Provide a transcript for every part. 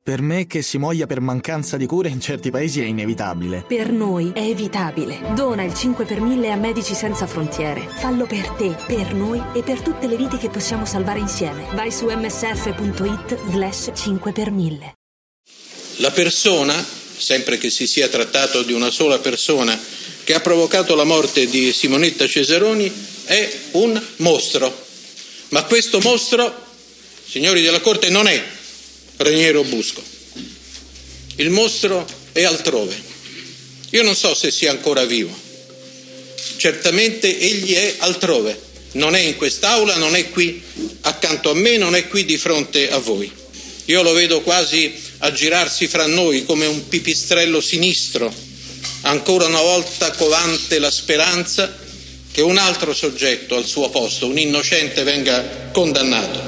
Per me che si muoia per mancanza di cure in certi paesi è inevitabile. Per noi è evitabile. Dona il 5 per 1000 a Medici Senza Frontiere. Fallo per te, per noi e per tutte le vite che possiamo salvare insieme. Vai su msf.it/5 per 1000. La persona, sempre che si sia trattato di una sola persona, che ha provocato la morte di Simonetta Cesaroni è un mostro. Ma questo mostro, signori della Corte, non è Raniero Busco. Il mostro è altrove. Io non so se sia ancora vivo. Certamente egli è altrove. Non è in quest'aula, non è qui accanto a me, non è qui di fronte a voi. Io lo vedo quasi aggirarsi fra noi come un pipistrello sinistro, ancora una volta covante la speranza che un altro soggetto al suo posto, un innocente, venga condannato.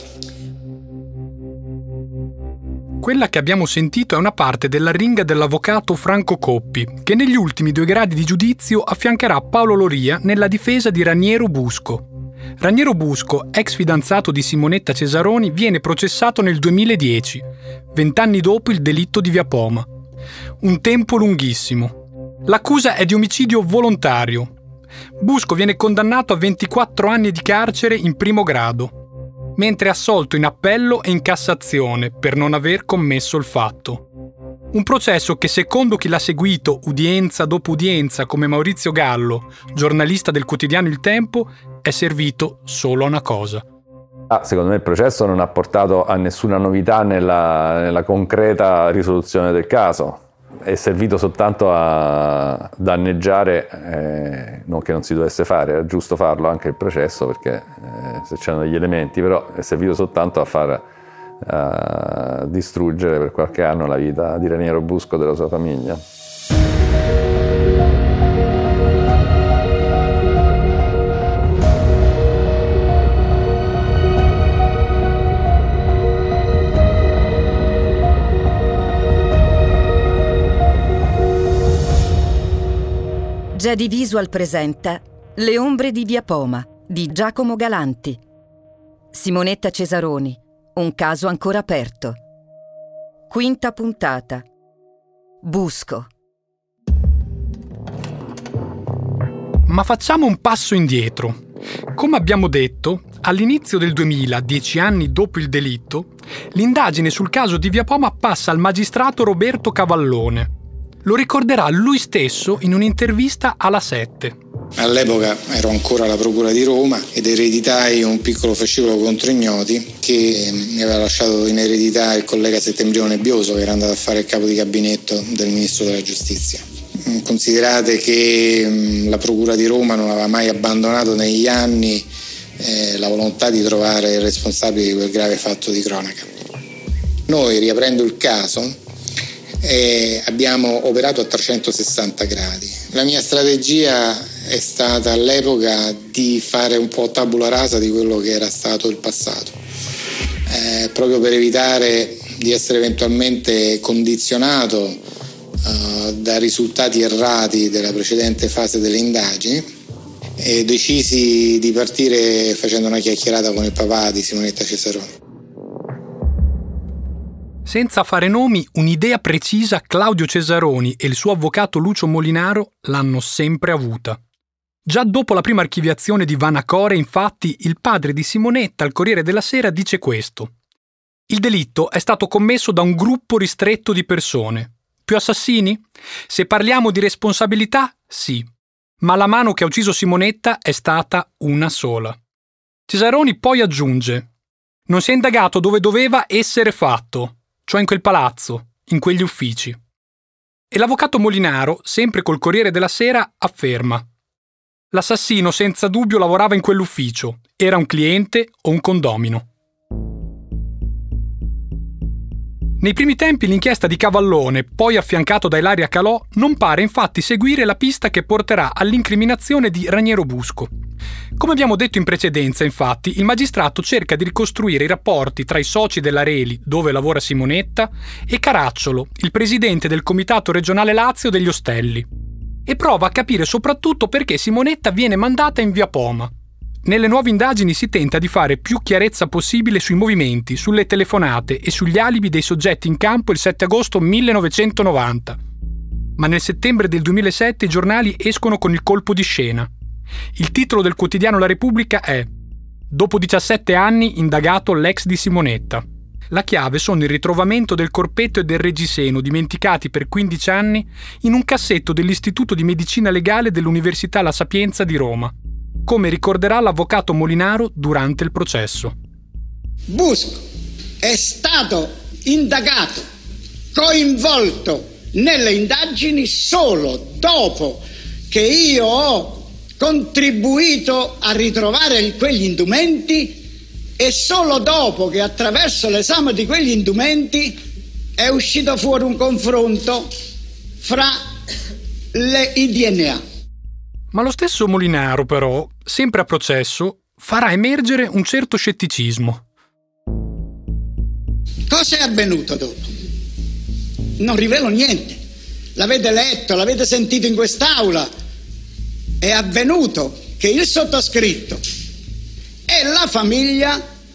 Quella che abbiamo sentito è una parte dell'arringa dell'avvocato Franco Coppi, che negli ultimi 2 gradi di giudizio affiancherà Paolo Loria nella difesa di Raniero Busco. Raniero Busco, ex fidanzato di Simonetta Cesaroni, viene processato nel 2010, 20 anni dopo il delitto di Via Poma. Un tempo lunghissimo. L'accusa è di omicidio volontario. Busco viene condannato a 24 anni di carcere in primo grado, mentre è assolto in appello e in Cassazione per non aver commesso il fatto. Un processo che, secondo chi l'ha seguito udienza dopo udienza come Maurizio Gallo, giornalista del quotidiano Il Tempo, è servito solo a una cosa. Secondo me il processo non ha portato a nessuna novità nella concreta risoluzione del caso. È servito soltanto a danneggiare, non che non si dovesse fare, era giusto farlo anche il processo perché se c'erano degli elementi, però è servito soltanto a far distruggere per qualche anno la vita di Raniero Busco e della sua famiglia. Jedi Visual presenta Le ombre di Via Poma di Giacomo Galanti. Simonetta Cesaroni, un caso ancora aperto. 5ª puntata. Busco. Ma facciamo un passo indietro. Come abbiamo detto, all'inizio del 2000, 10 anni dopo il delitto, l'indagine sul caso di Via Poma passa al magistrato Roberto Cavallone. Lo ricorderà lui stesso in un'intervista alla 7. All'epoca ero ancora alla Procura di Roma ed ereditai un piccolo fascicolo contro ignoti che mi aveva lasciato in eredità il collega Settembrino Nebbioso, che era andato a fare il capo di gabinetto del Ministro della Giustizia. Considerate che la Procura di Roma non aveva mai abbandonato negli anni la volontà di trovare il responsabile di quel grave fatto di cronaca. Noi, riaprendo il caso, abbiamo operato a 360 gradi. La mia strategia è stata all'epoca di fare un po' tabula rasa di quello che era stato il passato, proprio per evitare di essere eventualmente condizionato da risultati errati della precedente fase delle indagini, e decisi di partire facendo una chiacchierata con il papà di Simonetta Cesaroni. Senza fare nomi, un'idea precisa Claudio Cesaroni e il suo avvocato Lucio Molinaro l'hanno sempre avuta. Già dopo la prima archiviazione di Vanacore, infatti, il padre di Simonetta al Corriere della Sera dice questo: il delitto è stato commesso da un gruppo ristretto di persone. Più assassini? Se parliamo di responsabilità, sì. Ma la mano che ha ucciso Simonetta è stata una sola. Cesaroni poi aggiunge: non si è indagato dove doveva essere fatto, cioè in quel palazzo, in quegli uffici. E l'avvocato Molinaro, sempre col Corriere della Sera, afferma: l'assassino senza dubbio lavorava in quell'ufficio, era un cliente o un condomino. Nei primi tempi l'inchiesta di Cavallone, poi affiancato da Ilaria Calò, non pare infatti seguire la pista che porterà all'incriminazione di Raniero Busco. Come abbiamo detto in precedenza, infatti, il magistrato cerca di ricostruire i rapporti tra i soci della Reli, dove lavora Simonetta, e Caracciolo, il presidente del Comitato Regionale Lazio degli Ostelli. E prova a capire soprattutto perché Simonetta viene mandata in Via Poma. nelle nuove indagini si tenta di fare più chiarezza possibile sui movimenti, sulle telefonate e sugli alibi dei soggetti in campo il 7 agosto 1990. Ma nel settembre del 2007 i giornali escono con il colpo di scena. Il titolo del quotidiano La Repubblica è «Dopo 17 anni indagato l'ex di Simonetta». La chiave sono il ritrovamento del corpetto e del reggiseno dimenticati per 15 anni in un cassetto dell'Istituto di Medicina Legale dell'Università La Sapienza di Roma, come ricorderà l'avvocato Molinaro durante il processo. Busco è stato indagato, coinvolto nelle indagini solo dopo che io ho contribuito a ritrovare quegli indumenti e solo dopo che attraverso l'esame di quegli indumenti è uscito fuori un confronto fra i DNA. Ma lo stesso Molinaro, però, sempre a processo, farà emergere un certo scetticismo. Cosa è avvenuto dopo? Non rivelo niente. L'avete letto, l'avete sentito in quest'aula. È avvenuto che il sottoscritto e la famiglia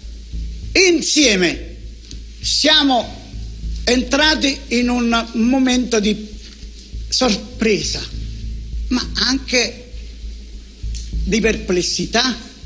insieme siamo entrati in un momento di sorpresa, ma anche di perplessità,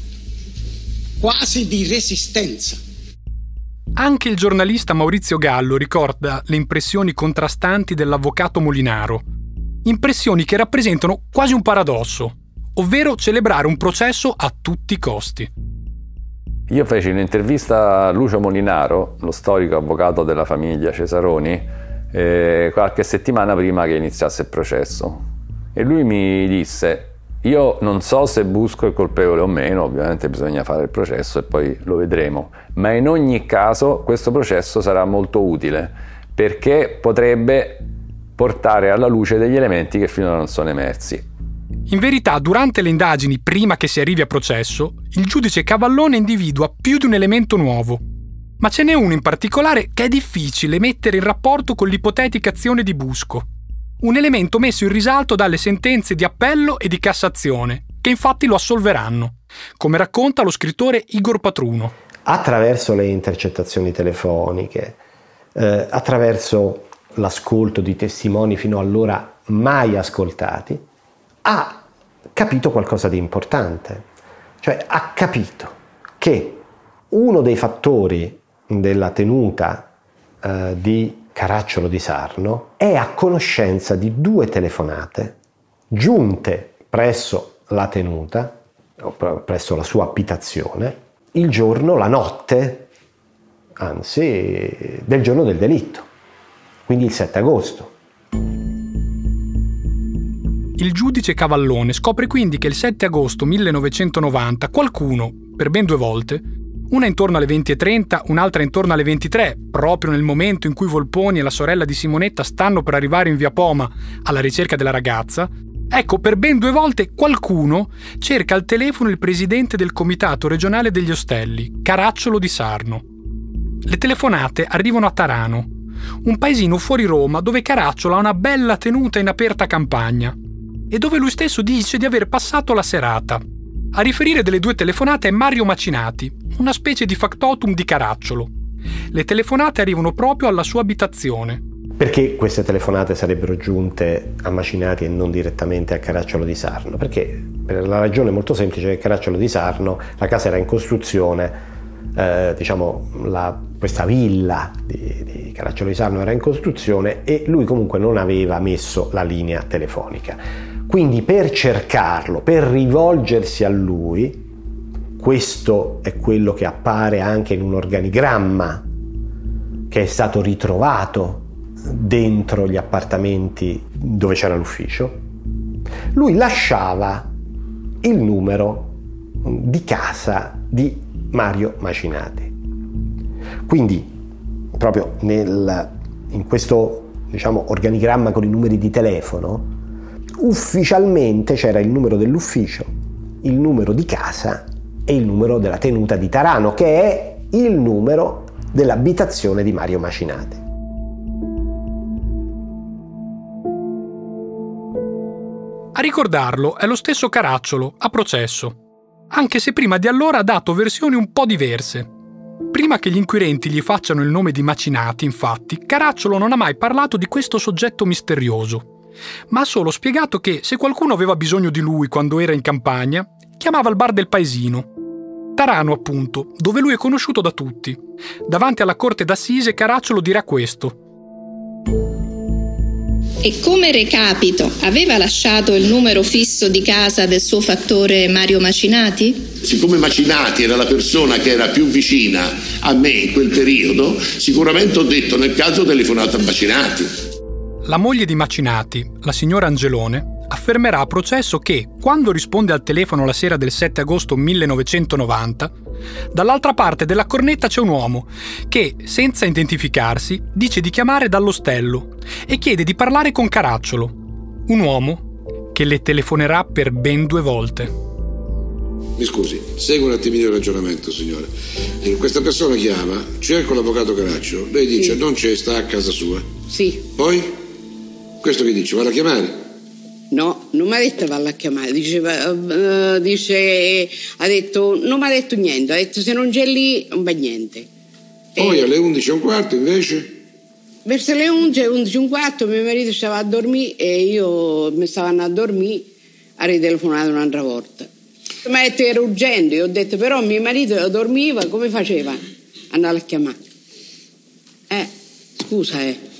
quasi di resistenza. Anche il giornalista Maurizio Gallo ricorda le impressioni contrastanti dell'avvocato Molinaro, impressioni che rappresentano quasi un paradosso, ovvero celebrare un processo a tutti i costi. Io feci un'intervista a Lucio Molinaro, lo storico avvocato della famiglia Cesaroni, qualche settimana prima che iniziasse il processo. E lui mi disse: io non so se Busco è colpevole o meno, ovviamente bisogna fare il processo e poi lo vedremo, ma in ogni caso questo processo sarà molto utile perché potrebbe portare alla luce degli elementi che finora non sono emersi. In verità, durante le indagini, prima che si arrivi a processo, il giudice Cavallone individua più di un elemento nuovo. Ma ce n'è uno in particolare che è difficile mettere in rapporto con l'ipotetica azione di Busco. Un elemento messo in risalto dalle sentenze di appello e di Cassazione, che infatti lo assolveranno, come racconta lo scrittore Igor Patruno. Attraverso le intercettazioni telefoniche, attraverso l'ascolto di testimoni fino allora mai ascoltati, ha capito qualcosa di importante, cioè ha capito che uno dei fattori della tenuta di Caracciolo di Sarno è a conoscenza di 2 telefonate giunte presso la tenuta, presso la sua abitazione, il giorno, la notte, anzi, del giorno del delitto, quindi il 7 agosto. Il giudice Cavallone scopre quindi che il 7 agosto 1990 qualcuno, per ben 2 volte, una intorno alle 20:30, un'altra intorno alle 23, proprio nel momento in cui Volponi e la sorella di Simonetta stanno per arrivare in via Poma alla ricerca della ragazza, ecco, per ben 2 volte qualcuno cerca al telefono il presidente del comitato regionale degli Ostelli, Caracciolo di Sarno. Le telefonate arrivano a Tarano, un paesino fuori Roma dove Caracciolo ha una bella tenuta in aperta campagna e dove lui stesso dice di aver passato la serata. A riferire delle 2 telefonate è Mario Macinati, una specie di factotum di Caracciolo. Le telefonate arrivano proprio alla sua abitazione. Perché queste telefonate sarebbero giunte a Macinati e non direttamente a Caracciolo di Sarno? Perché per la ragione molto semplice che Caracciolo di Sarno, la casa era in costruzione, questa villa di Caracciolo di Sarno era in costruzione e lui comunque non aveva messo la linea telefonica. Quindi per cercarlo, per rivolgersi a lui, questo è quello che appare anche in un organigramma che è stato ritrovato dentro gli appartamenti dove c'era l'ufficio, lui lasciava il numero di casa di Mario Macinati. Quindi proprio in questo organigramma con i numeri di telefono ufficialmente c'era il numero dell'ufficio, il numero di casa e il numero della tenuta di Tarano, che è il numero dell'abitazione di Mario Macinati. A ricordarlo è lo stesso Caracciolo, a processo. anche se prima di allora ha dato versioni un po' diverse. Prima che gli inquirenti gli facciano il nome di Macinati, infatti, Caracciolo non ha mai parlato di questo soggetto misterioso, ma ha solo spiegato che se qualcuno aveva bisogno di lui quando era in campagna, chiamava al bar del paesino. Tarano, appunto, dove lui è conosciuto da tutti. Davanti alla corte d'assise Caracciolo dirà questo. E come recapito, aveva lasciato il numero fisso di casa del suo fattore Mario Macinati? Siccome Macinati era la persona che era più vicina a me in quel periodo, sicuramente ho detto nel caso ho telefonato a Macinati. La moglie di Macinati, la signora Angelone, affermerà a processo che, quando risponde al telefono la sera del 7 agosto 1990, dall'altra parte della cornetta c'è un uomo che, senza identificarsi, dice di chiamare dall'ostello e chiede di parlare con Caracciolo. Un uomo che le telefonerà per ben 2 volte. Mi scusi, segua un attimino il ragionamento, signore. Questa persona chiama, cerco l'avvocato Caracciolo, lei dice non c'è, sta a casa sua. Sì. Poi? Questo che dice? Vado a chiamare? No, non mi ha detto valla a chiamare, ha detto, non mi ha detto niente, ha detto se non c'è lì non va niente. Poi alle 11:15 invece? Verso le 11:15 mio marito stava a dormire e io mi stavo andando a dormire, ha ritelefonato un'altra volta. Mi ha detto che era urgente, io ho detto però mio marito dormiva, come faceva? Andare a chiamare. Scusa.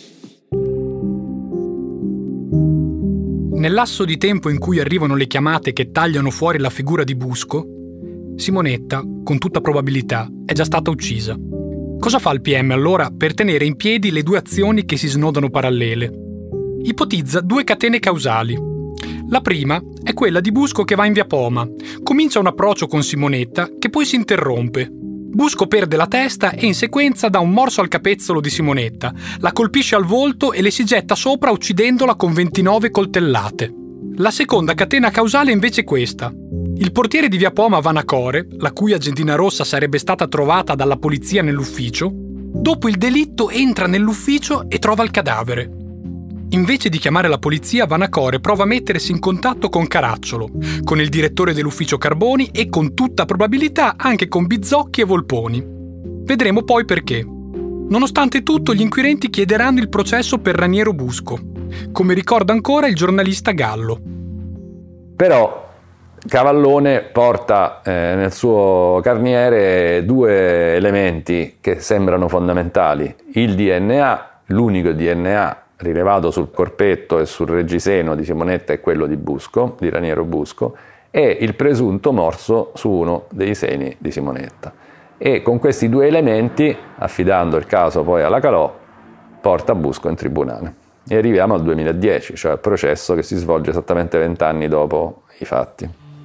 Nel lasso di tempo in cui arrivano le chiamate che tagliano fuori la figura di Busco, Simonetta, con tutta probabilità, è già stata uccisa. Cosa fa il PM allora per tenere in piedi le 2 azioni che si snodano parallele? Ipotizza 2 catene causali. La prima è quella di Busco che va in via Poma. Comincia un approccio con Simonetta che poi si interrompe. Busco perde la testa e in sequenza dà un morso al capezzolo di Simonetta, la colpisce al volto e le si getta sopra uccidendola con 29 coltellate. La seconda catena causale è invece questa. Il portiere di via Poma Vanacore, la cui agendina rossa sarebbe stata trovata dalla polizia nell'ufficio, dopo il delitto entra nell'ufficio e trova il cadavere. Invece di chiamare la polizia, Vanacore prova a mettersi in contatto con Caracciolo, con il direttore dell'ufficio Carboni e con tutta probabilità anche con Bizzocchi e Volponi. Vedremo poi perché. Nonostante tutto, gli inquirenti chiederanno il processo per Raniero Busco, come ricorda ancora il giornalista Gallo. Però Cavallone porta nel suo carniere 2 elementi che sembrano fondamentali. Il DNA, l'unico DNA rilevato sul corpetto e sul reggiseno di Simonetta è quello di Busco, di Raniero Busco, e il presunto morso su uno dei seni di Simonetta. E con questi 2 elementi, affidando il caso poi alla Calò, porta Busco in tribunale. E arriviamo al 2010, cioè al processo che si svolge esattamente 20 anni dopo i fatti.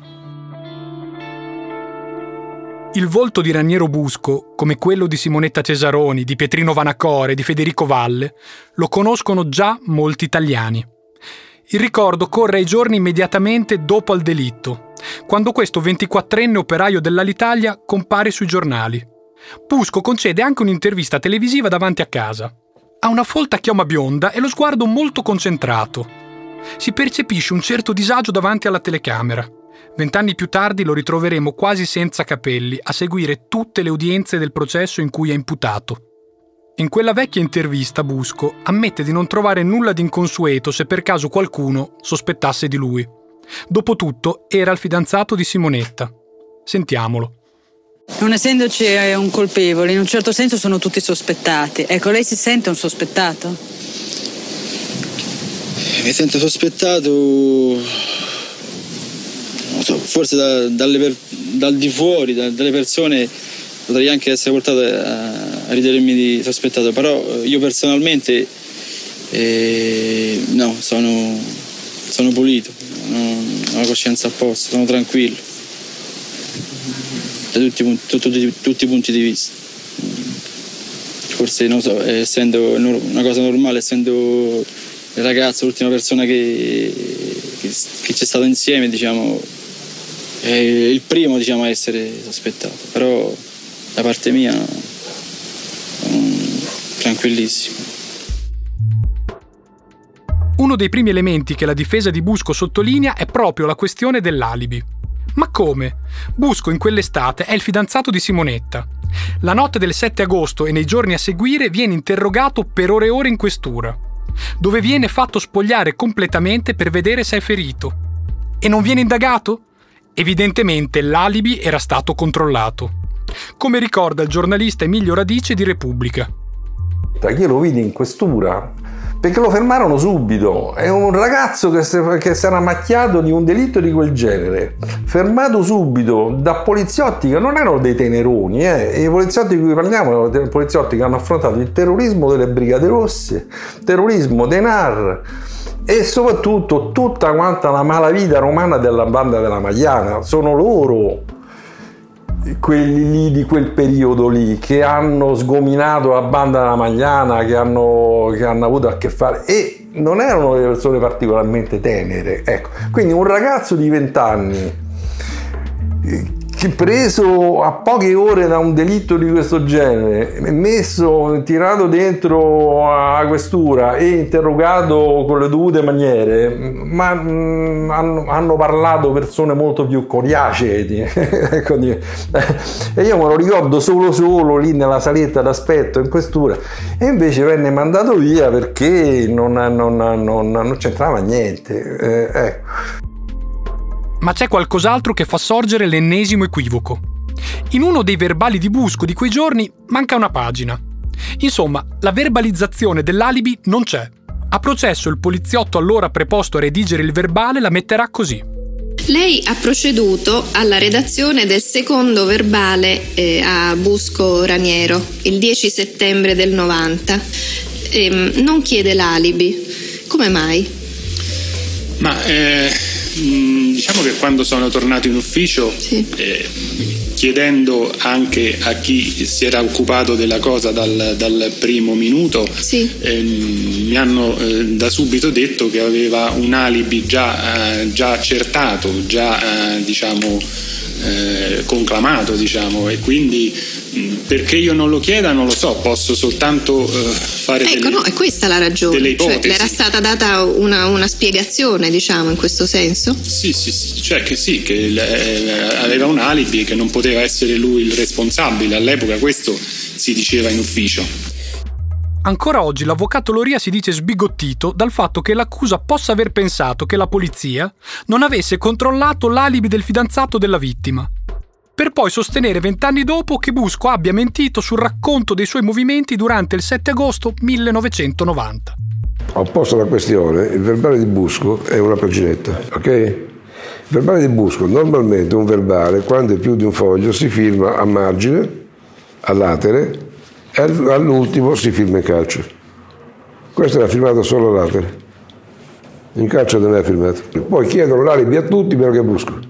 Il volto di Raniero Busco, come quello di Simonetta Cesaroni, di Pietrino Vanacore, di Federico Valle, lo conoscono già molti italiani. Il ricordo corre ai giorni immediatamente dopo al delitto, quando questo 24enne operaio dell'Alitalia compare sui giornali. Busco concede anche un'intervista televisiva davanti a casa. Ha una folta chioma bionda e lo sguardo molto concentrato. Si percepisce un certo disagio davanti alla telecamera. 20 anni più tardi lo ritroveremo quasi senza capelli a seguire tutte le udienze del processo in cui è imputato. In quella vecchia intervista Busco ammette di non trovare nulla di inconsueto se per caso qualcuno sospettasse di lui. Dopotutto era il fidanzato di Simonetta. Sentiamolo. Non essendoci un colpevole, in un certo senso sono tutti sospettati. Ecco, lei si sente un sospettato? Mi sento sospettato... forse dal di fuori, dalle persone potrei anche essere portato a ritenermi sospettato, però io personalmente no, sono pulito, ho la coscienza a posto, sono tranquillo da tutti i punti di vista. Forse non so, essendo una cosa normale, essendo il ragazzo, l'ultima persona che c'è stato insieme, diciamo, è il primo, diciamo, a essere sospettato, però da parte mia tranquillissimo. Uno dei primi elementi che la difesa di Busco sottolinea è proprio la questione dell'alibi. Ma come? Busco in quell'estate è il fidanzato di Simonetta. La notte del 7 agosto e nei giorni a seguire viene interrogato per ore e ore in questura, dove viene fatto spogliare completamente per vedere se è ferito. E non viene indagato? Evidentemente l'alibi era stato controllato, come ricorda il giornalista Emilio Radice di Repubblica. Io lo vidi in questura perché lo fermarono subito. È un ragazzo che si era macchiato di un delitto di quel genere, fermato subito da poliziotti che non erano dei teneroni. I poliziotti di cui parliamo erano dei poliziotti che hanno affrontato il terrorismo delle Brigate Rosse, terrorismo dei NAR e soprattutto tutta quanta la malavita romana della banda della Magliana. Sono loro quelli lì di quel periodo lì che hanno sgominato la banda della Magliana, che hanno avuto a che fare, e non erano delle persone particolarmente tenere, ecco. Quindi un ragazzo di 20 anni che preso a poche ore da un delitto di questo genere, tirato dentro a questura e interrogato con le dovute maniere, ma hanno parlato persone molto più coriacee e io me lo ricordo solo lì nella saletta d'aspetto in questura, e invece venne mandato via perché non c'entrava niente, ecco. Ma c'è qualcos'altro che fa sorgere l'ennesimo equivoco. In uno dei verbali di Busco di quei giorni manca una pagina. Insomma, la verbalizzazione dell'alibi non c'è. A processo il poliziotto allora preposto a redigere il verbale la metterà così. Lei ha proceduto alla redazione del secondo verbale a Busco Raniero il 10 settembre del 90. Non chiede l'alibi. Come mai? Diciamo che quando sono tornato in ufficio, chiedendo anche a chi si era occupato della cosa dal primo minuto, mi hanno da subito detto che aveva un alibi già accertato, conclamato, e quindi perché io non lo chieda non lo so, posso soltanto fare è questa la ragione, delle ipotesi. Cioè, le era stata data una spiegazione, in questo senso? Sì, che aveva un alibi e che non poteva essere lui il responsabile. All'epoca questo si diceva in ufficio. Ancora oggi l'avvocato Loria si dice sbigottito dal fatto che l'accusa possa aver pensato che la polizia non avesse controllato l'alibi del fidanzato della vittima, per poi sostenere 20 anni dopo che Busco abbia mentito sul racconto dei suoi movimenti durante il 7 agosto 1990. Ho posto la questione, il verbale di Busco è una paginetta, ok? Il verbale di Busco, normalmente un verbale, quando è più di un foglio, si firma a margine, a latere, e all'ultimo si firma in calce. Questo era firmato solo a latere, in calce non è firmato. Poi chiedono l'alibi a tutti perché Busco.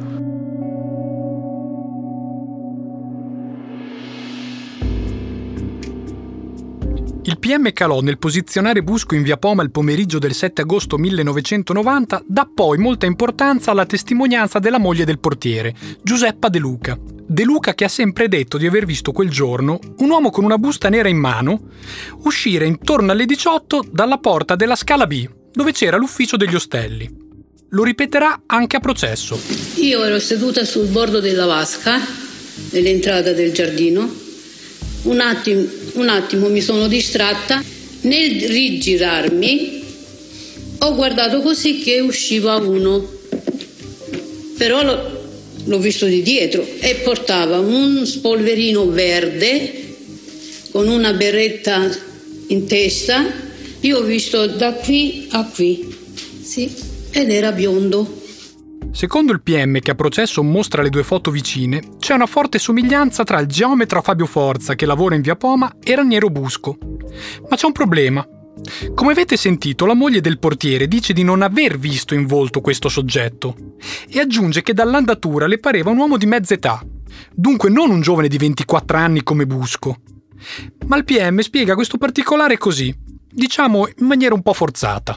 Il PM calò nel posizionare Busco in via Poma il pomeriggio del 7 agosto 1990 dà poi molta importanza alla testimonianza della moglie del portiere, Giuseppa De Luca. De Luca che ha sempre detto di aver visto quel giorno un uomo con una busta nera in mano uscire intorno alle 18 dalla porta della Scala B, dove c'era l'ufficio degli ostelli. Lo ripeterà anche a processo. Io ero seduta sul bordo della vasca, nell'entrata del giardino. Un attimo mi sono distratta. Nel rigirarmi ho guardato così che usciva uno, però l'ho visto di dietro e portava un spolverino verde con una berretta in testa. Io ho visto da qui a qui, ed era biondo. Secondo il PM, che a processo mostra le due foto vicine, c'è una forte somiglianza tra il geometra Fabio Forza, che lavora in via Poma, e Raniero Busco. Ma c'è un problema. Come avete sentito, la moglie del portiere dice di non aver visto in volto questo soggetto e aggiunge che dall'andatura le pareva un uomo di mezza età, dunque non un giovane di 24 anni come Busco. Ma il PM spiega questo particolare così, diciamo in maniera un po' forzata.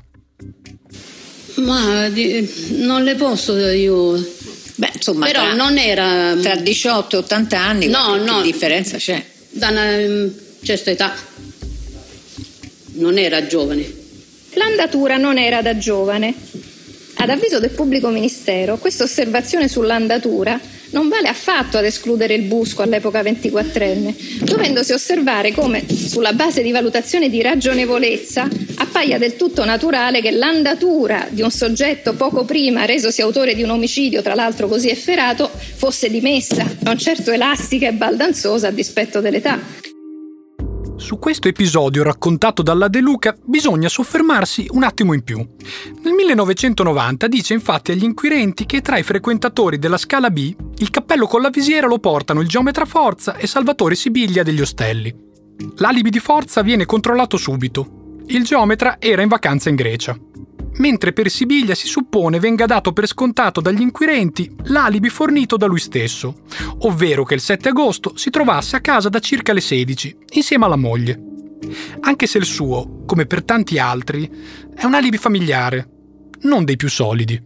Ma non le posso io. Beh, insomma, però non era tra 18 e 80 anni. No, che differenza c'è? Da una certa età non era giovane. L'andatura non era da giovane. Ad avviso del pubblico ministero, questa osservazione sull'andatura non vale affatto ad escludere il Busco all'epoca 24enne, dovendosi osservare come, sulla base di valutazioni di ragionevolezza, appaia del tutto naturale che l'andatura di un soggetto poco prima resosi autore di un omicidio, tra l'altro così efferato, fosse dimessa, non certo elastica e baldanzosa a dispetto dell'età. Su questo episodio raccontato dalla De Luca bisogna soffermarsi un attimo in più. Nel 1990 dice infatti agli inquirenti che tra i frequentatori della Scala B il cappello con la visiera lo portano il geometra Forza e Salvatore Sibiglia degli Ostelli. L'alibi di Forza viene controllato subito. Il geometra era in vacanza in Grecia. Mentre per Sibiglia si suppone venga dato per scontato dagli inquirenti l'alibi fornito da lui stesso, ovvero che il 7 agosto si trovasse a casa da circa le 16, insieme alla moglie. Anche se il suo, come per tanti altri, è un alibi familiare, non dei più solidi.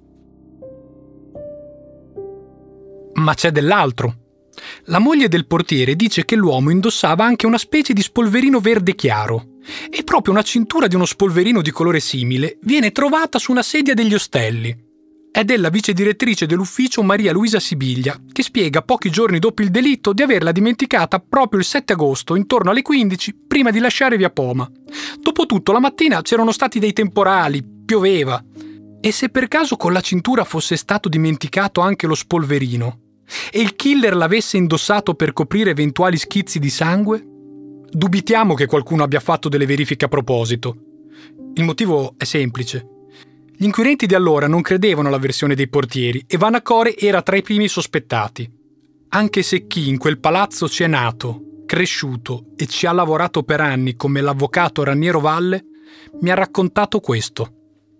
Ma c'è dell'altro. La moglie del portiere dice che l'uomo indossava anche una specie di spolverino verde chiaro, e proprio una cintura di uno spolverino di colore simile viene trovata su una sedia degli Ostelli. È della vice direttrice dell'ufficio Maria Luisa Sibiglia, che spiega pochi giorni dopo il delitto di averla dimenticata proprio il 7 agosto, intorno alle 15, prima di lasciare via Poma. Dopotutto la mattina c'erano stati dei temporali, pioveva. E se per caso con la cintura fosse stato dimenticato anche lo spolverino, e il killer l'avesse indossato per coprire eventuali schizzi di sangue? Dubitiamo che qualcuno abbia fatto delle verifiche a proposito. Il motivo è semplice. Gli inquirenti di allora non credevano alla versione dei portieri e Vanacore era tra i primi sospettati. Anche se chi in quel palazzo ci è nato, cresciuto e ci ha lavorato per anni come l'avvocato Raniero Valle, mi ha raccontato questo.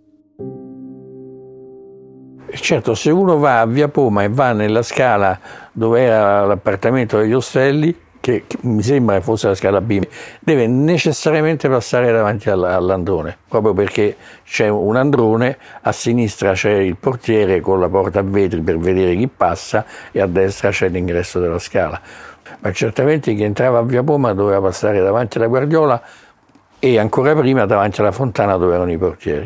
Certo, se uno va a Via Poma e va nella Scala dove era l'appartamento degli Ostelli, che mi sembra fosse la Scala B, deve necessariamente passare davanti all'androne, proprio perché c'è un androne, a sinistra c'è il portiere con la porta a vetri per vedere chi passa e a destra c'è l'ingresso della Scala. Ma certamente chi entrava a Via Poma doveva passare davanti alla Guardiola e ancora prima davanti alla fontana dove erano i portieri.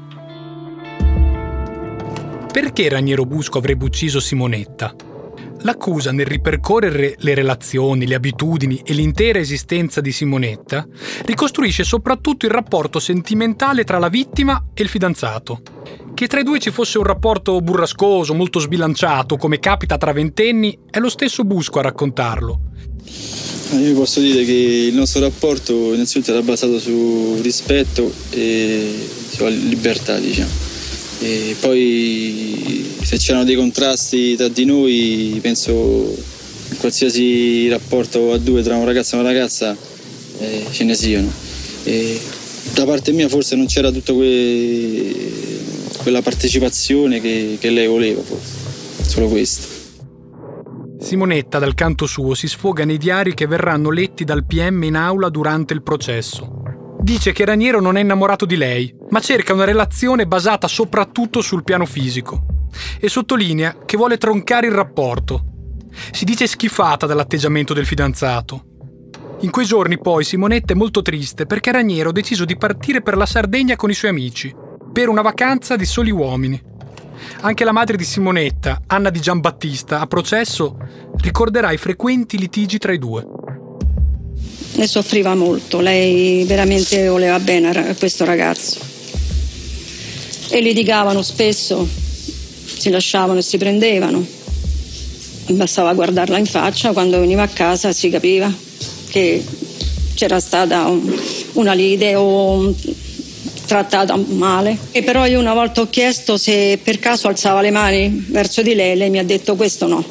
Perché Raniero Busco avrebbe ucciso Simonetta? L'accusa, nel ripercorrere le relazioni, le abitudini e l'intera esistenza di Simonetta, ricostruisce soprattutto il rapporto sentimentale tra la vittima e il fidanzato. Che tra i due ci fosse un rapporto burrascoso, molto sbilanciato, come capita tra ventenni, è lo stesso Busco a raccontarlo. Io posso dire che il nostro rapporto innanzitutto era basato su rispetto e sulla libertà, diciamo. E poi se c'erano dei contrasti tra di noi, penso in qualsiasi rapporto a due tra un ragazzo e una ragazza ce ne siano. E da parte mia forse non c'era tutta quella partecipazione che lei voleva, forse solo questo. Simonetta, dal canto suo, si sfoga nei diari che verranno letti dal PM in aula durante il processo. Dice che Raniero non è innamorato di lei, ma cerca una relazione basata soprattutto sul piano fisico. E sottolinea che vuole troncare il rapporto. Si dice schifata dall'atteggiamento del fidanzato. In quei giorni poi Simonetta è molto triste perché Raniero ha deciso di partire per la Sardegna con i suoi amici, per una vacanza di soli uomini. Anche la madre di Simonetta, Anna Di Giambattista, a processo ricorderà i frequenti litigi tra i due. Ne soffriva molto, lei veramente voleva bene a questo ragazzo e litigavano spesso, si lasciavano e si prendevano. Bastava guardarla in faccia, quando veniva a casa si capiva che c'era stata una lite o trattata male. E però io una volta ho chiesto se per caso alzava le mani verso di lei mi ha detto questo no.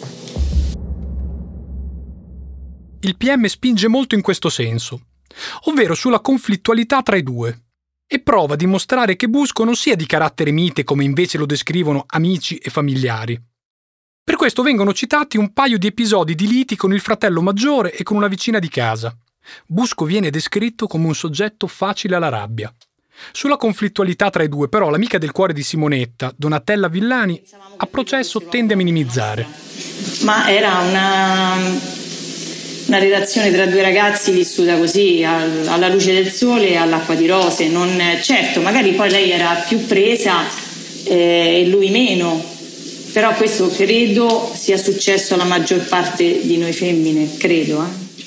Il PM spinge molto in questo senso, ovvero sulla conflittualità tra i due, e prova a dimostrare che Busco non sia di carattere mite come invece lo descrivono amici e familiari. Per questo vengono citati un paio di episodi di liti con il fratello maggiore e con una vicina di casa. Busco viene descritto come un soggetto facile alla rabbia. Sulla conflittualità tra i due, però, l'amica del cuore di Simonetta, Donatella Villani, a processo tende a minimizzare. Ma era una relazione tra due ragazzi vissuta così, alla luce del sole e all'acqua di rose. Certo, magari poi lei era più presa e lui meno, però questo credo sia successo alla maggior parte di noi femmine, credo.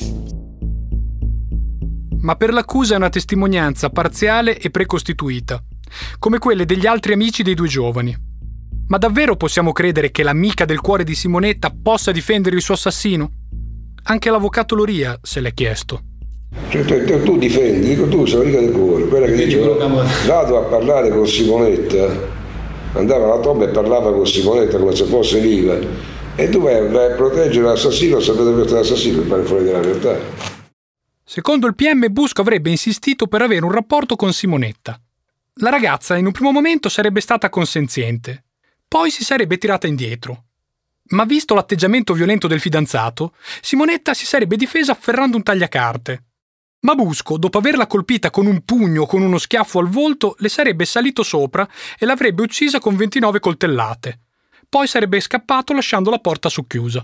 Ma per l'accusa è una testimonianza parziale e precostituita, come quelle degli altri amici dei due giovani. Ma davvero possiamo credere che l'amica del cuore di Simonetta possa difendere il suo assassino? Anche l'avvocato Loria se l'è chiesto. Cioè, tu difendi, dico tu sei l'amica del cuore, quella che dice vado a parlare con Simonetta, andava alla tomba e parlava con Simonetta come se fosse viva, e tu vai a proteggere l'assassino sapendo che è l'assassino, mi pare fuori dalla realtà. Secondo il PM, Busco avrebbe insistito per avere un rapporto con Simonetta. La ragazza in un primo momento sarebbe stata consenziente, poi si sarebbe tirata indietro. Ma visto l'atteggiamento violento del fidanzato, Simonetta si sarebbe difesa afferrando un tagliacarte. Ma Busco, dopo averla colpita con un pugno o con uno schiaffo al volto, le sarebbe salito sopra e l'avrebbe uccisa con 29 coltellate. Poi sarebbe scappato lasciando la porta socchiusa.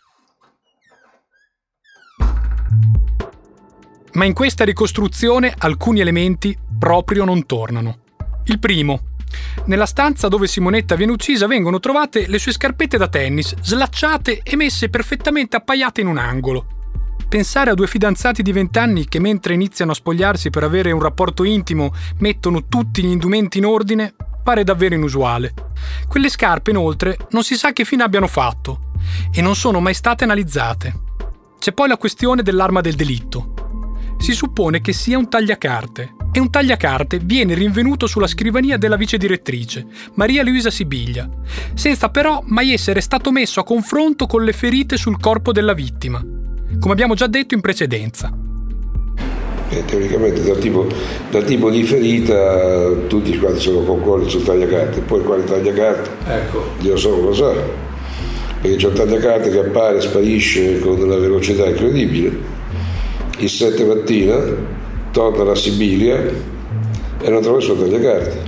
Ma in questa ricostruzione alcuni elementi proprio non tornano. Il primo: nella stanza dove Simonetta viene uccisa vengono trovate le sue scarpette da tennis, slacciate e messe perfettamente appaiate in un angolo. Pensare a due fidanzati di 20 anni che mentre iniziano a spogliarsi per avere un rapporto intimo mettono tutti gli indumenti in ordine pare davvero inusuale. Quelle scarpe, inoltre, non si sa che fine abbiano fatto e non sono mai state analizzate. C'è poi la questione dell'arma del delitto. Si suppone che sia un tagliacarte e un tagliacarte viene rinvenuto sulla scrivania della vicedirettrice, Maria Luisa Sibiglia, senza però mai essere stato messo a confronto con le ferite sul corpo della vittima, come abbiamo già detto in precedenza. Teoricamente dal tipo di ferita tutti quanti sono concordi sul tagliacarte, poi quale tagliacarte? Dio solo lo sa, perché c'è un tagliacarte che appare e sparisce con una velocità incredibile. Il 7 mattina torna alla Sibiglia e non trova il suo tagliacarte.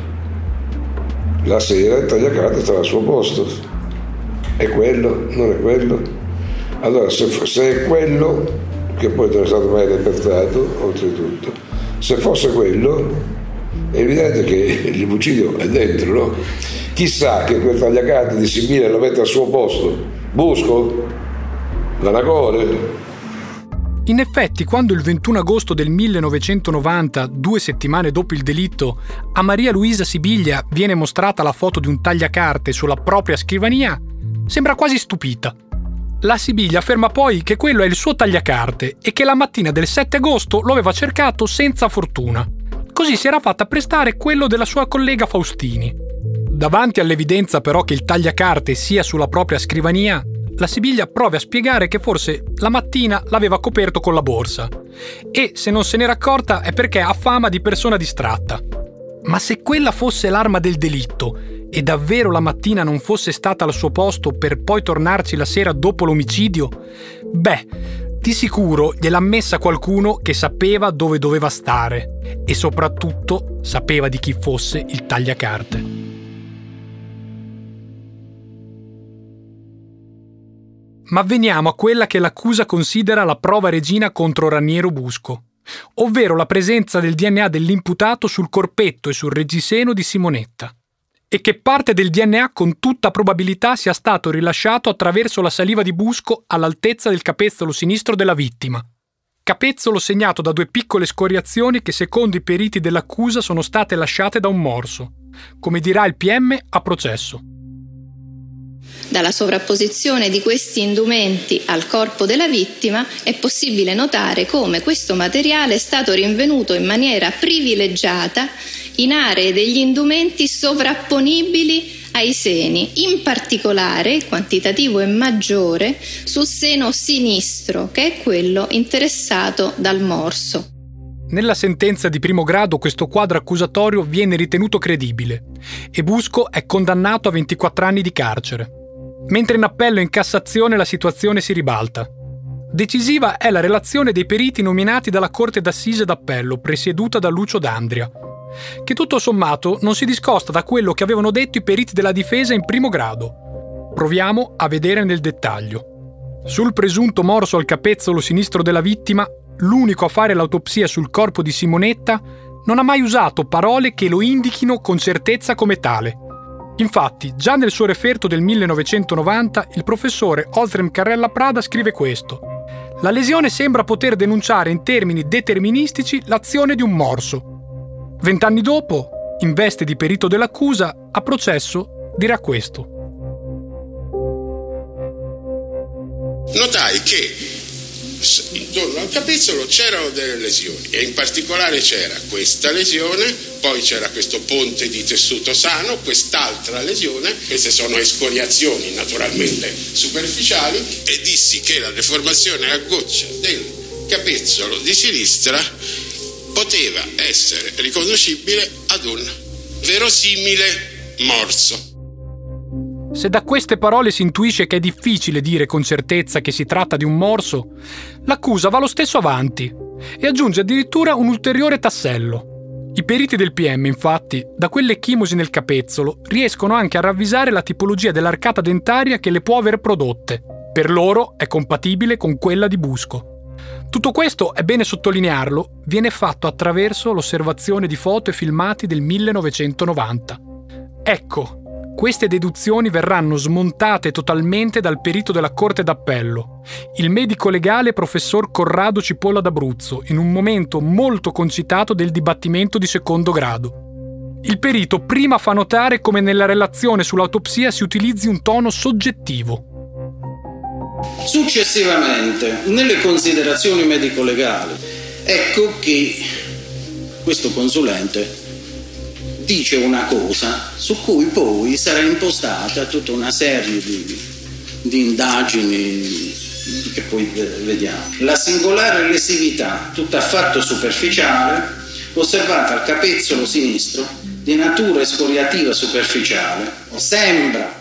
La sera il tagliacarte sta al suo posto. È quello? Non è quello? Allora se è quello, che poi non è stato mai repertato, oltretutto, se fosse quello è evidente che l'omicidio è dentro, no? Chissà che quel tagliacarte di Sibiglia lo mette al suo posto. Busco? L'anacore? In effetti, quando il 21 agosto del 1990, 2 settimane dopo il delitto, a Maria Luisa Sibiglia viene mostrata la foto di un tagliacarte sulla propria scrivania, sembra quasi stupita. La Sibiglia afferma poi che quello è il suo tagliacarte e che la mattina del 7 agosto lo aveva cercato senza fortuna. Così si era fatta prestare quello della sua collega Faustini. Davanti all'evidenza però che il tagliacarte sia sulla propria scrivania, la Sibiglia prova a spiegare che forse la mattina l'aveva coperto con la borsa e se non se n'era accorta è perché ha fama di persona distratta. Ma se quella fosse l'arma del delitto e davvero la mattina non fosse stata al suo posto per poi tornarci la sera dopo l'omicidio, di sicuro gliel'ha messa qualcuno che sapeva dove doveva stare e soprattutto sapeva di chi fosse il tagliacarte. Ma veniamo a quella che l'accusa considera la prova regina contro Raniero Busco, ovvero la presenza del DNA dell'imputato sul corpetto e sul reggiseno di Simonetta, e che parte del DNA con tutta probabilità sia stato rilasciato attraverso la saliva di Busco all'altezza del capezzolo sinistro della vittima. Capezzolo segnato da 2 piccole scoriazioni che secondo i periti dell'accusa sono state lasciate da un morso, come dirà il PM a processo. Dalla sovrapposizione di questi indumenti al corpo della vittima è possibile notare come questo materiale è stato rinvenuto in maniera privilegiata in aree degli indumenti sovrapponibili ai seni, in particolare il quantitativo è maggiore sul seno sinistro, che è quello interessato dal morso. Nella sentenza di primo grado questo quadro accusatorio viene ritenuto credibile e Busco è condannato a 24 anni di carcere. Mentre in appello e in Cassazione la situazione si ribalta. Decisiva è la relazione dei periti nominati dalla Corte d'Assise d'Appello, presieduta da Lucio D'Andria, che tutto sommato non si discosta da quello che avevano detto i periti della difesa in primo grado. Proviamo a vedere nel dettaglio. Sul presunto morso al capezzolo sinistro della vittima, l'unico a fare l'autopsia sul corpo di Simonetta non ha mai usato parole che lo indichino con certezza come tale. Infatti, già nel suo referto del 1990, il professore Osrem Carrella Prada scrive questo: la lesione sembra poter denunciare in termini deterministici l'azione di un morso. 20 anni dopo, in veste di perito dell'accusa, a processo dirà questo. Notai che intorno al capezzolo c'erano delle lesioni e in particolare c'era questa lesione, poi c'era questo ponte di tessuto sano, quest'altra lesione, queste sono escoriazioni naturalmente superficiali, e dissi che la deformazione a goccia del capezzolo di sinistra poteva essere riconducibile ad un verosimile morso. Se da queste parole si intuisce che è difficile dire con certezza che si tratta di un morso, l'accusa va lo stesso avanti e aggiunge addirittura un ulteriore tassello. I periti del PM, infatti, da quelle ecchimosi nel capezzolo, riescono anche a ravvisare la tipologia dell'arcata dentaria che le può aver prodotte. Per loro è compatibile con quella di Busco. Tutto questo, è bene sottolinearlo, viene fatto attraverso l'osservazione di foto e filmati del 1990. Ecco, queste deduzioni verranno smontate totalmente dal perito della Corte d'Appello, il medico legale professor Corrado Cipolla d'Abruzzo, in un momento molto concitato del dibattimento di secondo grado. Il perito prima fa notare come nella relazione sull'autopsia si utilizzi un tono soggettivo. Successivamente, nelle considerazioni medico-legali, ecco che questo consulente dice una cosa su cui poi sarà impostata tutta una serie di indagini che poi vediamo. La singolare lesività, tutta affatto superficiale, osservata al capezzolo sinistro, di natura escoriativa superficiale, sembra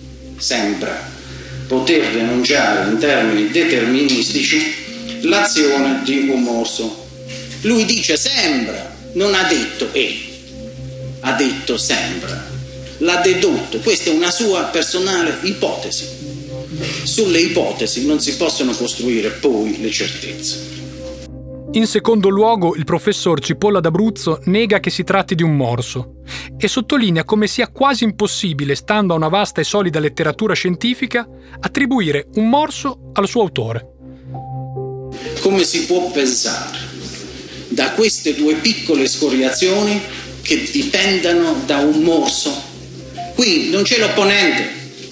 poter denunciare in termini deterministici l'azione di un morso. Lui dice sembra, non ha detto ha detto sembra, l'ha dedotto, questa è una sua personale ipotesi. Sulle ipotesi non si possono costruire poi le certezze. In secondo luogo, il professor Cipolla d'Abruzzo nega che si tratti di un morso e sottolinea come sia quasi impossibile, stando a una vasta e solida letteratura scientifica, attribuire un morso al suo autore. Come si può pensare da queste due piccole scoriazioni che dipendano da un morso? Qui non c'è l'opponente.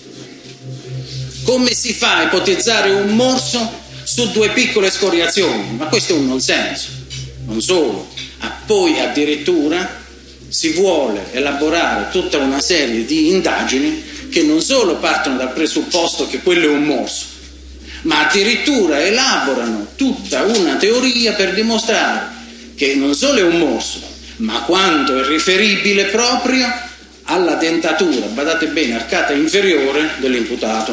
Come si fa a ipotizzare un morso su due piccole scoriazioni? Ma questo è un non senso. Non solo, poi addirittura si vuole elaborare tutta una serie di indagini che non solo partono dal presupposto che quello è un morso, ma addirittura elaborano tutta una teoria per dimostrare che non solo è un morso, ma quanto è riferibile proprio alla dentatura, badate bene, arcata inferiore dell'imputato.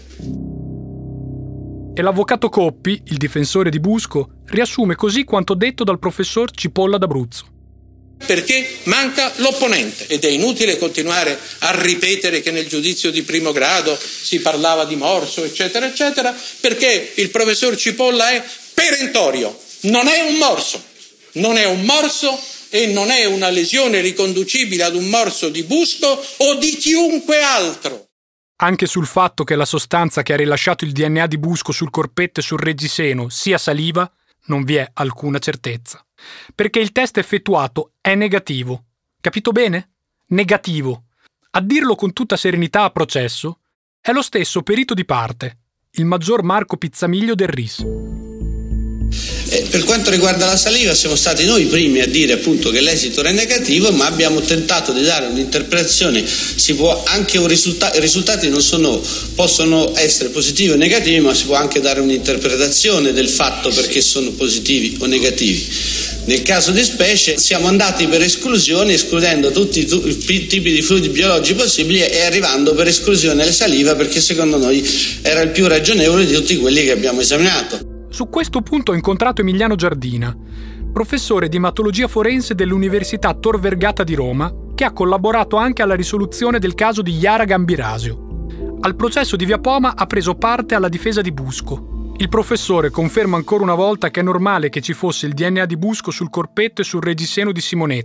E l'avvocato Coppi, il difensore di Busco, riassume così quanto detto dal professor Cipolla d'Abruzzo. Perché manca l'opponente ed è inutile continuare a ripetere che nel giudizio di primo grado si parlava di morso, eccetera, eccetera, perché il professor Cipolla è perentorio, non è un morso, non è un morso e non è una lesione riconducibile ad un morso di Busco o di chiunque altro. Anche sul fatto che la sostanza che ha rilasciato il DNA di Busco sul corpetto e sul reggiseno sia saliva, non vi è alcuna certezza, perché il test effettuato è negativo. Capito bene? Negativo. A dirlo con tutta serenità a processo è lo stesso perito di parte, il maggior Marco Pizzamiglio del RIS. Per quanto riguarda la saliva siamo stati noi i primi a dire appunto che l'esito era negativo, ma abbiamo tentato di dare un'interpretazione. Si può anche i risultati possono essere positivi o negativi, ma si può anche dare un'interpretazione del fatto perché sono positivi o negativi. Nel caso di specie siamo andati per esclusione, escludendo tutti i tipi di fluidi biologici possibili e arrivando per esclusione alla saliva, perché secondo noi era il più ragionevole di tutti quelli che abbiamo esaminato. Su questo punto ho incontrato Emiliano Giardina, professore di ematologia forense dell'Università Tor Vergata di Roma, che ha collaborato anche alla risoluzione del caso di Yara Gambirasio. Al processo di Via Poma ha preso parte alla difesa di Busco. Il professore conferma ancora una volta che è normale che ci fosse il DNA di Busco sul corpetto e sul reggiseno di Simonetta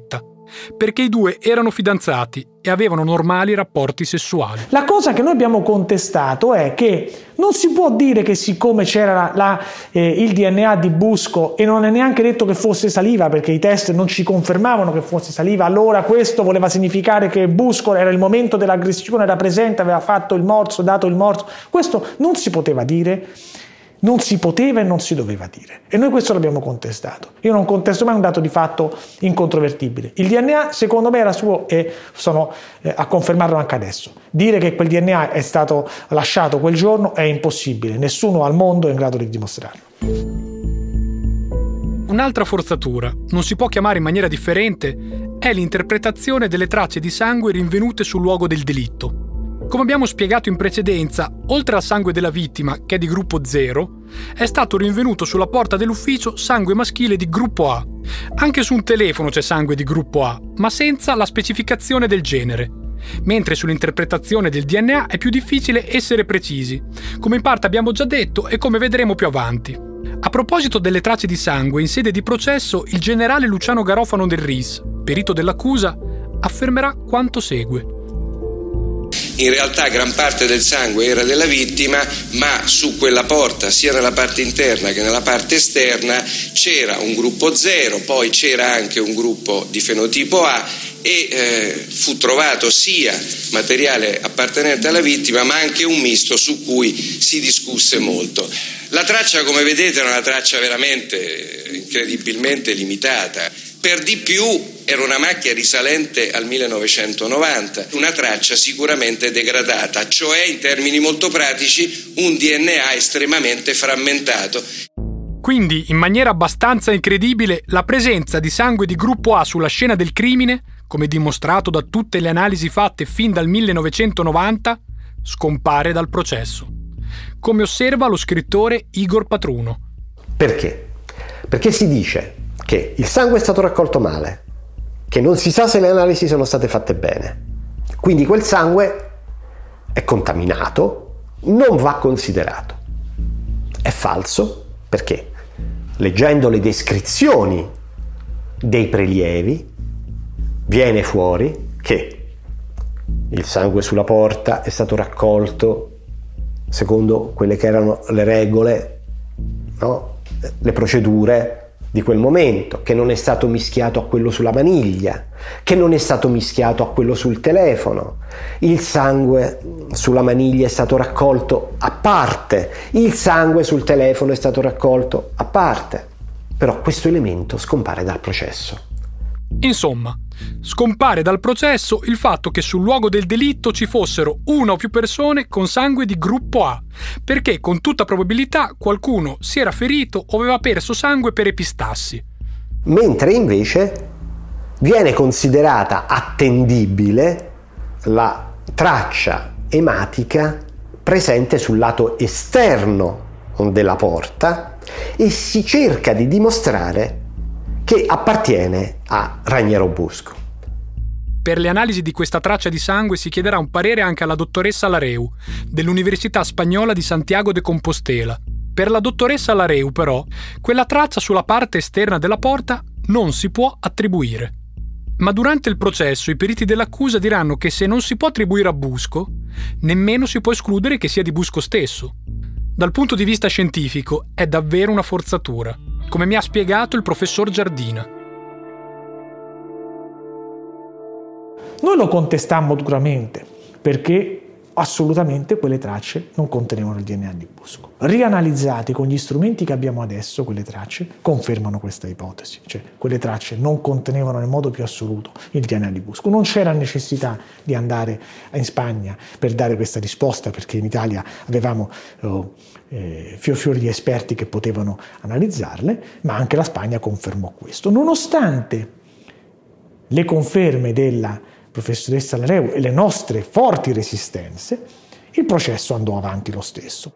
perché i due erano fidanzati e avevano normali rapporti sessuali. La cosa che noi abbiamo contestato è che non si può dire che siccome c'era il DNA di Busco e non è neanche detto che fosse saliva, perché i test non ci confermavano che fosse saliva, allora questo voleva significare che Busco era il momento dell'aggressione, era presente, aveva fatto il morso, dato il morso. Questo non si poteva dire. Non si poteva e non si doveva dire. E noi questo l'abbiamo contestato. Io non contesto mai un dato di fatto incontrovertibile. Il DNA, secondo me, era suo e sono a confermarlo anche adesso. Dire che quel DNA è stato lasciato quel giorno è impossibile. Nessuno al mondo è in grado di dimostrarlo. Un'altra forzatura, non si può chiamare in maniera differente, è l'interpretazione delle tracce di sangue rinvenute sul luogo del delitto. Come abbiamo spiegato in precedenza, oltre al sangue della vittima, che è di gruppo 0, è stato rinvenuto sulla porta dell'ufficio sangue maschile di gruppo A. Anche su un telefono c'è sangue di gruppo A, ma senza la specificazione del genere. Mentre sull'interpretazione del DNA è più difficile essere precisi, come in parte abbiamo già detto e come vedremo più avanti. A proposito delle tracce di sangue, in sede di processo, il generale Luciano Garofano del RIS, perito dell'accusa, affermerà quanto segue. In realtà gran parte del sangue era della vittima, ma su quella porta, sia nella parte interna che nella parte esterna, c'era un gruppo 0, poi c'era anche un gruppo di fenotipo A e fu trovato sia materiale appartenente alla vittima, ma anche un misto su cui si discusse molto. La traccia, come vedete, era una traccia veramente incredibilmente limitata. Per di più era una macchia risalente al 1990, una traccia sicuramente degradata, cioè in termini molto pratici un DNA estremamente frammentato. Quindi, in maniera abbastanza incredibile, la presenza di sangue di gruppo A sulla scena del crimine, come dimostrato da tutte le analisi fatte fin dal 1990, scompare dal processo. Come osserva lo scrittore Igor Patruno. Perché? Perché si dice che il sangue è stato raccolto male, che non si sa se le analisi sono state fatte bene. Quindi quel sangue è contaminato, non va considerato. È falso perché, leggendo le descrizioni dei prelievi, viene fuori che il sangue sulla porta è stato raccolto secondo quelle che erano le regole, no? Le procedure di quel momento, che non è stato mischiato a quello sulla maniglia, che non è stato mischiato a quello sul telefono. Il sangue sulla maniglia è stato raccolto a parte, il sangue sul telefono è stato raccolto a parte. Però questo elemento scompare dal processo. Insomma, scompare dal processo il fatto che sul luogo del delitto ci fossero una o più persone con sangue di gruppo A, perché con tutta probabilità qualcuno si era ferito o aveva perso sangue per epistassi. Mentre invece viene considerata attendibile la traccia ematica presente sul lato esterno della porta e si cerca di dimostrare che appartiene a Raniero Busco. Per le analisi di questa traccia di sangue si chiederà un parere anche alla dottoressa Lareu, dell'Università Spagnola di Santiago de Compostela. Per la dottoressa Lareu, però, quella traccia sulla parte esterna della porta non si può attribuire. Ma durante il processo i periti dell'accusa diranno che se non si può attribuire a Busco, nemmeno si può escludere che sia di Busco stesso. Dal punto di vista scientifico è davvero una forzatura, come mi ha spiegato il professor Giardina. Noi lo contestammo duramente perché assolutamente quelle tracce non contenevano il DNA di Busco. Rianalizzati con gli strumenti che abbiamo adesso, quelle tracce confermano questa ipotesi, cioè quelle tracce non contenevano nel modo più assoluto il DNA di Busco. Non c'era necessità di andare in Spagna per dare questa risposta, perché in Italia avevamo fiori di esperti che potevano analizzarle, ma anche la Spagna confermò questo. Nonostante le conferme della professoressa Lareu e le nostre forti resistenze, il processo andò avanti lo stesso.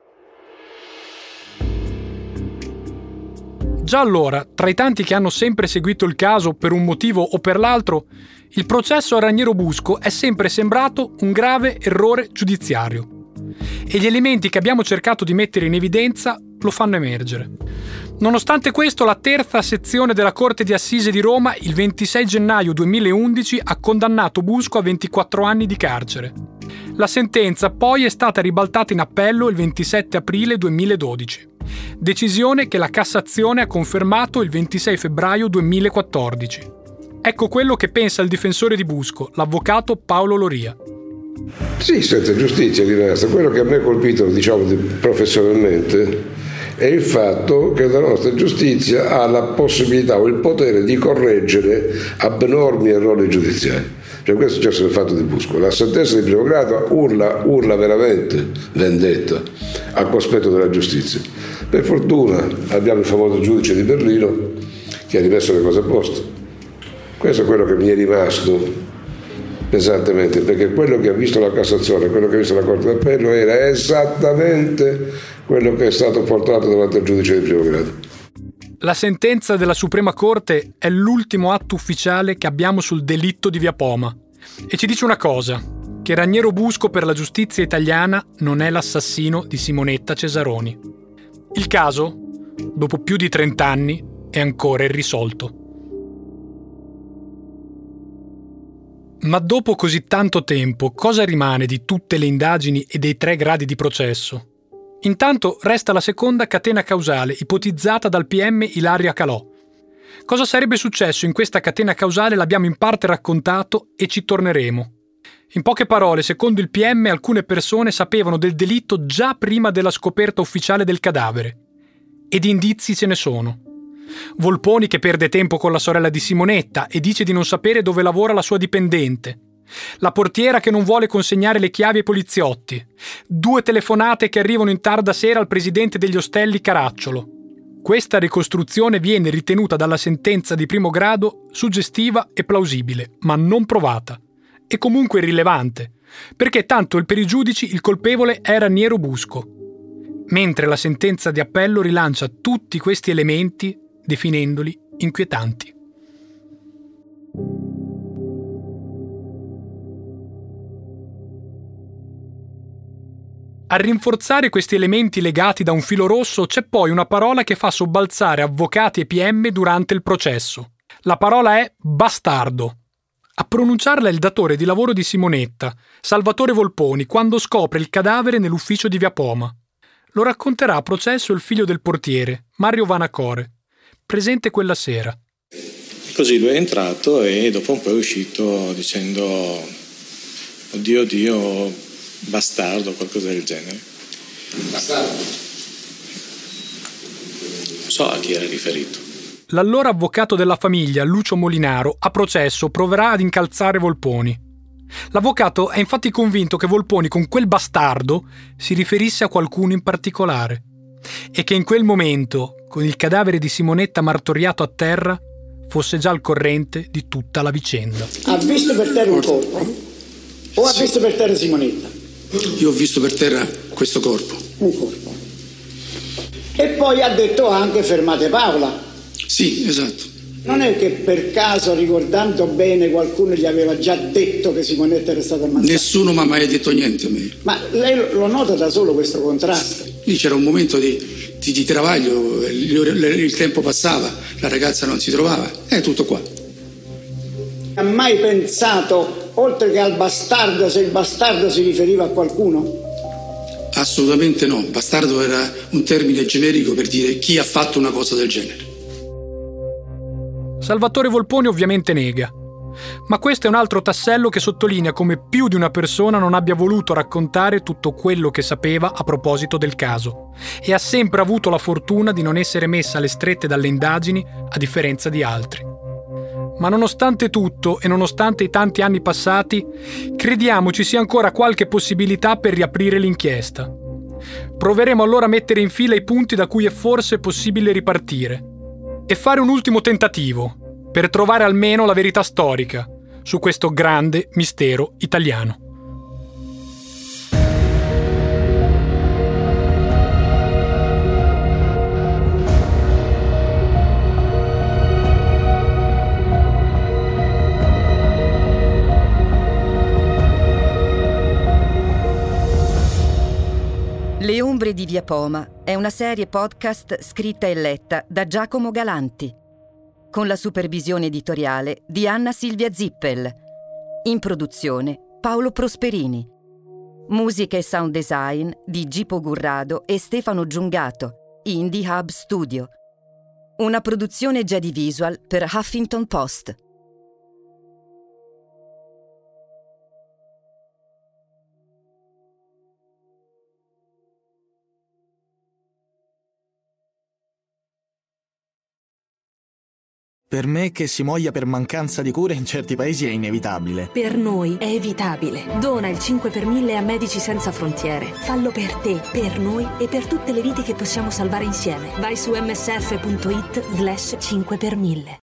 Già allora, tra i tanti che hanno sempre seguito il caso per un motivo o per l'altro, il processo a Raniero Busco è sempre sembrato un grave errore giudiziario. E gli elementi che abbiamo cercato di mettere in evidenza lo fanno emergere. Nonostante questo, la terza sezione della Corte di Assise di Roma il 26 gennaio 2011 ha condannato Busco a 24 anni di carcere. La sentenza poi è stata ribaltata in appello il 27 aprile 2012. Decisione che la Cassazione ha confermato il 26 febbraio 2014. Ecco quello che pensa il difensore di Busco, l'avvocato Paolo Loria. Sì, senza giustizia è rimasta. Quello che a me ha colpito, professionalmente, è il fatto che la nostra giustizia ha la possibilità o il potere di correggere abnormi errori giudiziari. Cioè, questo è successo nel fatto di Busco. La sentenza di primo grado urla veramente vendetta al cospetto della giustizia. Per fortuna abbiamo il famoso giudice di Berlino che ha rimesso le cose a posto. Questo è quello che mi è rimasto pesantemente, perché quello che ha visto la Cassazione, quello che ha visto la Corte d'Appello era esattamente quello che è stato portato davanti al giudice di primo grado. La sentenza della Suprema Corte è l'ultimo atto ufficiale che abbiamo sul delitto di Via Poma e ci dice una cosa, che Raniero Busco per la giustizia italiana non è l'assassino di Simonetta Cesaroni. Il caso, dopo più di 30 anni, è ancora irrisolto. Ma dopo così tanto tempo, cosa rimane di tutte le indagini e dei 3 gradi di processo? Intanto resta la seconda catena causale ipotizzata dal PM Ilaria Calò. Cosa sarebbe successo in questa catena causale l'abbiamo in parte raccontato e ci torneremo. In poche parole, secondo il PM, alcune persone sapevano del delitto già prima della scoperta ufficiale del cadavere. E di indizi ce ne sono. Volponi che perde tempo con la sorella di Simonetta e dice di non sapere dove lavora la sua dipendente. La portiera che non vuole consegnare le chiavi ai poliziotti. 2 telefonate che arrivano in tarda sera al presidente degli Ostelli Caracciolo. Questa ricostruzione viene ritenuta dalla sentenza di primo grado suggestiva e plausibile, ma non provata. E comunque irrilevante, perché tanto per i giudici il colpevole è Raniero Busco. Mentre la sentenza di appello rilancia tutti questi elementi definendoli inquietanti. A rinforzare questi elementi legati da un filo rosso c'è poi una parola che fa sobbalzare avvocati e PM durante il processo. La parola è bastardo. A pronunciarla è il datore di lavoro di Simonetta, Salvatore Volponi, quando scopre il cadavere nell'ufficio di Via Poma. Lo racconterà a processo il figlio del portiere, Mario Vanacore, presente quella sera. Così lui è entrato e dopo un po' è uscito dicendo oddio, bastardo, qualcosa del genere. Bastardo? Non so a chi era riferito. L'allora avvocato della famiglia, Lucio Molinaro, a processo proverà ad incalzare Volponi. L'avvocato è infatti convinto che Volponi con quel bastardo si riferisse a qualcuno in particolare e che in quel momento, con il cadavere di Simonetta martoriato a terra, fosse già al corrente di tutta la vicenda. Ha visto per terra un corpo? O ha visto per terra Simonetta? Io ho visto per terra questo corpo. Un corpo. E poi ha detto anche fermate Paola. Sì, esatto. Non è che per caso, ricordando bene, qualcuno gli aveva già detto che Simonetta era stata ammazzata? Nessuno mi ha mai detto niente a me. Ma lei lo nota da solo questo contrasto? Lì c'era un momento di travaglio, il tempo passava, la ragazza non si trovava, è tutto qua. Ha mai pensato, oltre che al bastardo, se il bastardo si riferiva a qualcuno? Assolutamente no, bastardo era un termine generico per dire chi ha fatto una cosa del genere. Salvatore Volponi ovviamente nega, ma questo è un altro tassello che sottolinea come più di una persona non abbia voluto raccontare tutto quello che sapeva a proposito del caso e ha sempre avuto la fortuna di non essere messa alle strette dalle indagini a differenza di altri. Ma nonostante tutto e nonostante i tanti anni passati, crediamo ci sia ancora qualche possibilità per riaprire l'inchiesta. Proveremo allora a mettere in fila i punti da cui è forse possibile ripartire e fare un ultimo tentativo per trovare almeno la verità storica su questo grande mistero italiano. Le ombre di Via Poma è una serie podcast scritta e letta da Giacomo Galanti, con la supervisione editoriale di Anna Silvia Zippel. In produzione Paolo Prosperini. Musica e sound design di Gipo Gurrado e Stefano Giungato, Indie Hub Studio. Una produzione Jedi Visual per Huffington Post. Per me che si muoia per mancanza di cure in certi paesi è inevitabile. Per noi è evitabile. Dona il 5 per 1000 a Medici Senza Frontiere. Fallo per te, per noi e per tutte le vite che possiamo salvare insieme. Vai su msf.it/5 per 1000.